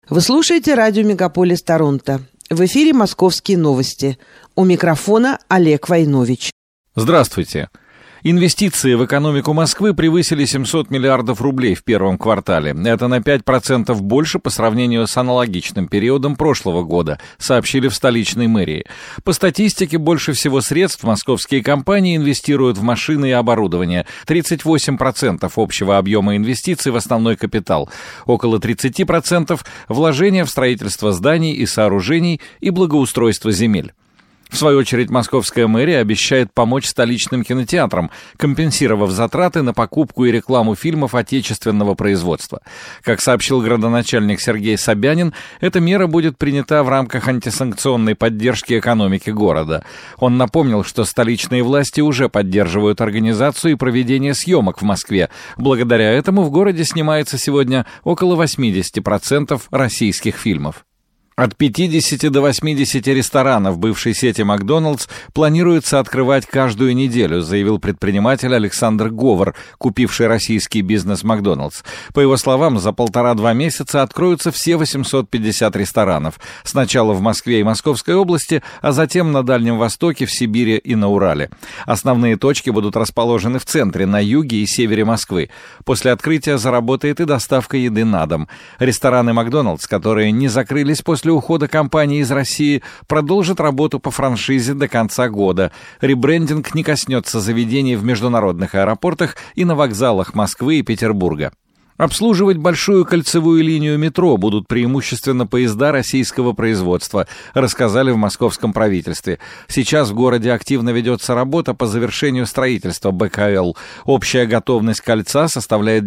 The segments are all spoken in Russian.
Вы слушаете радио «Мегаполис Торонто». В эфире «Московские новости». У микрофона Олег Войнович. Здравствуйте. Инвестиции в экономику Москвы превысили 700 миллиардов рублей в первом квартале. Это на 5% больше по сравнению с аналогичным периодом прошлого года, сообщили в столичной мэрии. По статистике, больше всего средств московские компании инвестируют в машины и оборудование. 38% общего объема инвестиций в основной капитал. Около 30% вложения в строительство зданий и сооружений и благоустройство земель. В свою очередь, московская мэрия обещает помочь столичным кинотеатрам, компенсировав затраты на покупку и рекламу фильмов отечественного производства. Как сообщил градоначальник Сергей Собянин, эта мера будет принята в рамках антисанкционной поддержки экономики города. Он напомнил, что столичные власти уже поддерживают организацию и проведение съемок в Москве. Благодаря этому в городе снимается сегодня около 80% российских фильмов. От 50 до 80 ресторанов бывшей сети «Макдоналдс» планируется открывать каждую неделю, заявил предприниматель Александр Говор, купивший российский бизнес «Макдоналдс». По его словам, за 1,5-2 месяца откроются все 850 ресторанов. Сначала в Москве и Московской области, а затем на Дальнем Востоке, в Сибири и на Урале. Основные точки будут расположены в центре, на юге и севере Москвы. После открытия заработает и доставка еды на дом. Рестораны «Макдоналдс», которые не закрылись после ухода компании из России, продолжит работу по франшизе до конца года. Ребрендинг не коснется заведений в международных аэропортах и на вокзалах Москвы и Петербурга. Обслуживать большую кольцевую линию метро будут преимущественно поезда российского производства, рассказали в московском правительстве. Сейчас в городе активно ведется работа по завершению строительства БКЛ. Общая готовность кольца составляет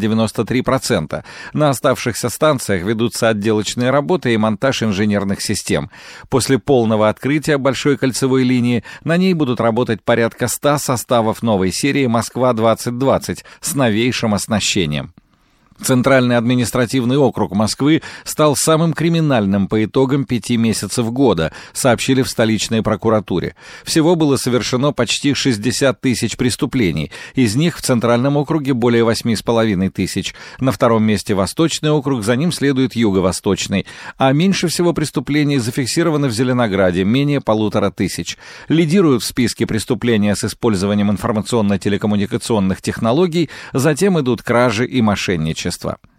93%. На оставшихся станциях ведутся отделочные работы и монтаж инженерных систем. После полного открытия большой кольцевой линии на ней будут работать порядка 100 составов новой серии «Москва-2020» с новейшим оснащением. Центральный административный округ Москвы стал самым криминальным по итогам 5 месяцев года, сообщили в столичной прокуратуре. Всего было совершено почти 60 тысяч преступлений, из них в Центральном округе более 8,5 тысяч. На втором месте Восточный округ, за ним следует Юго-Восточный. А меньше всего преступлений зафиксировано в Зеленограде, менее 1500. Лидируют в списке преступления с использованием информационно-телекоммуникационных технологий, затем идут кражи и мошенничество.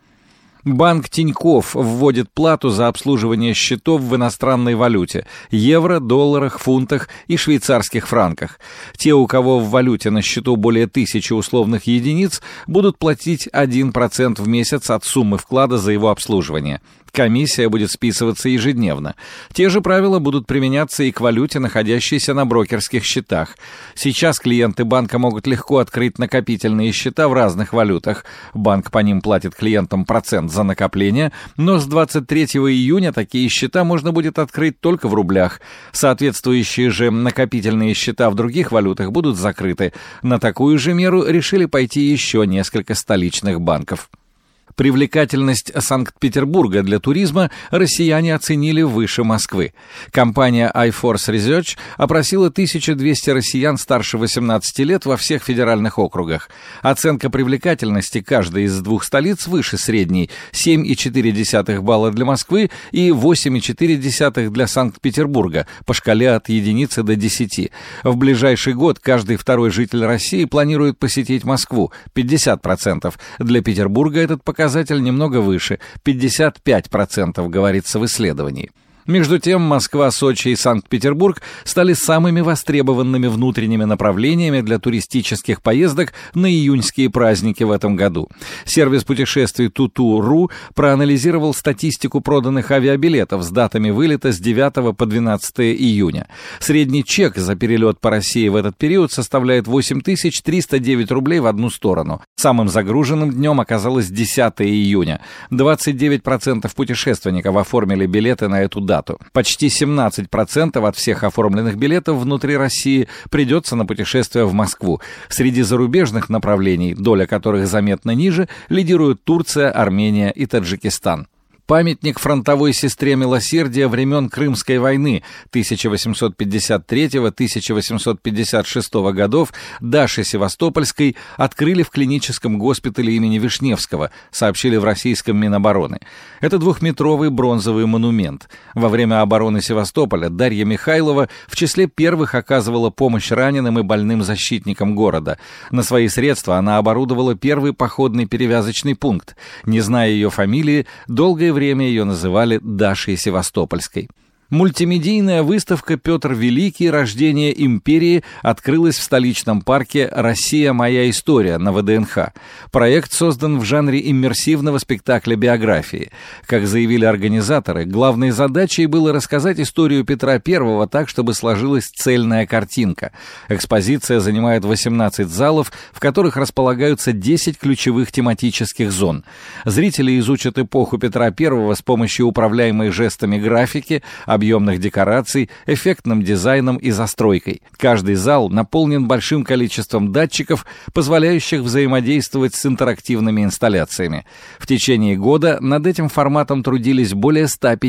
Банк Тинькофф вводит плату за обслуживание счетов в иностранной валюте – евро, долларах, фунтах и швейцарских франках. Те, у кого в валюте на счету более 1000 условных единиц, будут платить 1% в месяц от суммы вклада за его обслуживание. Комиссия будет списываться ежедневно. Те же правила будут применяться и к валюте, находящейся на брокерских счетах. Сейчас клиенты банка могут легко открыть накопительные счета в разных валютах. Банк по ним платит клиентам процент за накопление, но с 23 июня такие счета можно будет открыть только в рублях. Соответствующие же накопительные счета в других валютах будут закрыты. На такую же меру решили пойти еще несколько столичных банков. Привлекательность Санкт-Петербурга для туризма россияне оценили выше Москвы. Компания iForce Research опросила 1200 россиян старше 18 лет во всех федеральных округах. Оценка привлекательности каждой из двух столиц выше средней – 7,4 балла для Москвы и 8,4 для Санкт-Петербурга по шкале от единицы до 10. В ближайший год каждый второй житель России планирует посетить Москву – 50%. Для Петербурга этот показатель немного выше, 55%, говорится в исследовании. Между тем, Москва, Сочи и Санкт-Петербург стали самыми востребованными внутренними направлениями для туристических поездок на июньские праздники в этом году. Сервис путешествий Tutu.ru проанализировал статистику проданных авиабилетов с датами вылета с 9 по 12 июня. Средний чек за перелет по России в этот период составляет 8309 рублей в одну сторону. Самым загруженным днем оказалось 10 июня. 29% путешественников оформили билеты на эту дату. Почти 17% от всех оформленных билетов внутри России придется на путешествие в Москву. Среди зарубежных направлений, доля которых заметно ниже, лидируют Турция, Армения и Таджикистан. Памятник фронтовой сестре милосердия времен Крымской войны 1853-1856 годов Даше Севастопольской открыли в клиническом госпитале имени Вишневского, сообщили в российском Минобороны. Это двухметровый бронзовый монумент. Во время обороны Севастополя Дарья Михайлова в числе первых оказывала помощь раненым и больным защитникам города. На свои средства она оборудовала первый походный перевязочный пункт. Не зная ее фамилии, долгое время ее называли Дашей Севастопольской. Мультимедийная выставка «Петр Великий. Рождение империи» открылась в столичном парке «Россия. Моя история» на ВДНХ. Проект создан в жанре иммерсивного спектакля биографии. Как заявили организаторы, главной задачей было рассказать историю Петра I так, чтобы сложилась цельная картинка. Экспозиция занимает 18 залов, в которых располагаются 10 ключевых тематических зон. Зрители изучат эпоху Петра I с помощью управляемой жестами графики, объемных декораций, эффектным дизайном и застройкой. Каждый зал наполнен большим количеством датчиков, позволяющих взаимодействовать с интерактивными инсталляциями. В течение года над этим форматом трудились более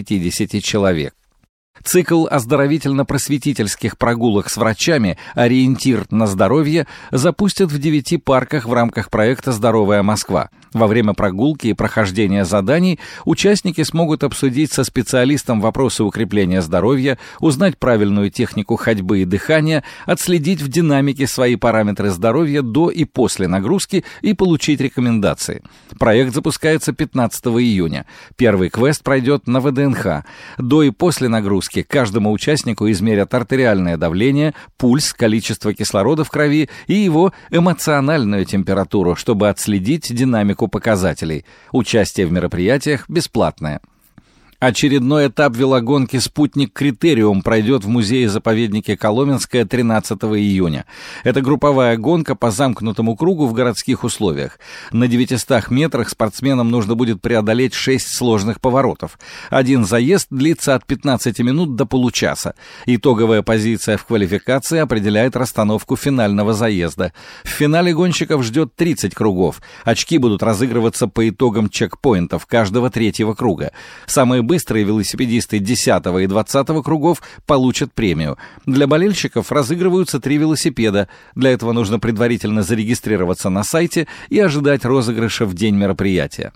150 человек. Цикл оздоровительно-просветительских прогулок с врачами «Ориентир на здоровье» запустят в 9 парках в рамках проекта «Здоровая Москва». Во время прогулки и прохождения заданий участники смогут обсудить со специалистом вопросы укрепления здоровья, узнать правильную технику ходьбы и дыхания, отследить в динамике свои параметры здоровья до и после нагрузки и получить рекомендации. Проект запускается 15 июня. Первый квест пройдет на ВДНХ. До и после нагрузки каждому участнику измерят артериальное давление, пульс, количество кислорода в крови и его эмоциональную температуру, чтобы отследить динамику показателей. Участие в мероприятиях бесплатное. Очередной этап велогонки «Спутник Критериум» пройдет в музее-заповеднике Коломенское 13 июня. Это групповая гонка по замкнутому кругу в городских условиях. На 900 метрах спортсменам нужно будет преодолеть 6 сложных поворотов. Один заезд длится от 15 минут до получаса. Итоговая позиция в квалификации определяет расстановку финального заезда. В финале гонщиков ждет 30 кругов. Очки будут разыгрываться по итогам чекпоинтов каждого 3-го круга. Самые быстрые велосипедисты 10 и 20 кругов получат премию. Для болельщиков разыгрываются 3 велосипеда. Для этого нужно предварительно зарегистрироваться на сайте и ожидать розыгрыша в день мероприятия.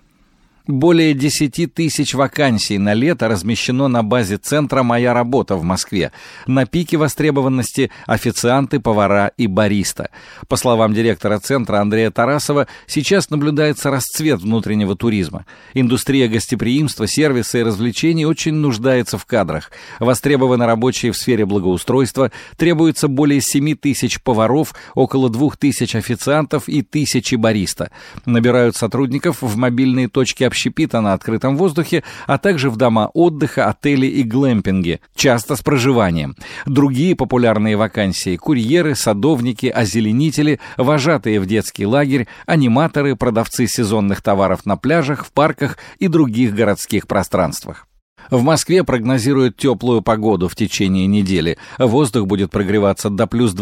Более 10 тысяч вакансий на лето размещено на базе центра «Моя работа» в Москве. На пике востребованности официанты, повара и бариста. По словам директора центра Андрея Тарасова, сейчас наблюдается расцвет внутреннего туризма. Индустрия гостеприимства, сервиса и развлечений очень нуждается в кадрах. Востребованы рабочие в сфере благоустройства, требуется более 7 тысяч поваров, около 2 тысяч официантов и 1000 бариста. Набирают сотрудников в мобильные точки общепита на открытом воздухе, а также в дома отдыха, отели и глэмпинги, часто с проживанием. Другие популярные вакансии – курьеры, садовники, озеленители, вожатые в детский лагерь, аниматоры, продавцы сезонных товаров на пляжах, в парках и других городских пространствах. В Москве прогнозируют теплую погоду в течение недели. Воздух будет прогреваться до плюс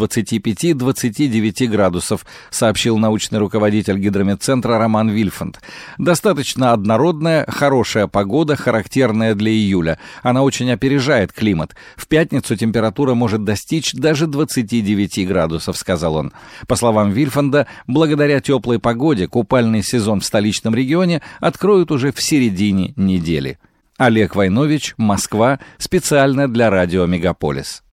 25-29 градусов, сообщил научный руководитель Гидрометцентра Роман Вильфанд. Достаточно однородная, хорошая погода, характерная для июля. Она очень опережает климат. В пятницу температура может достичь даже 29 градусов, сказал он. По словам Вильфанда, благодаря теплой погоде купальный сезон в столичном регионе откроют уже в середине недели. Олег Войнович, Москва, специально для радио «Мегаполис».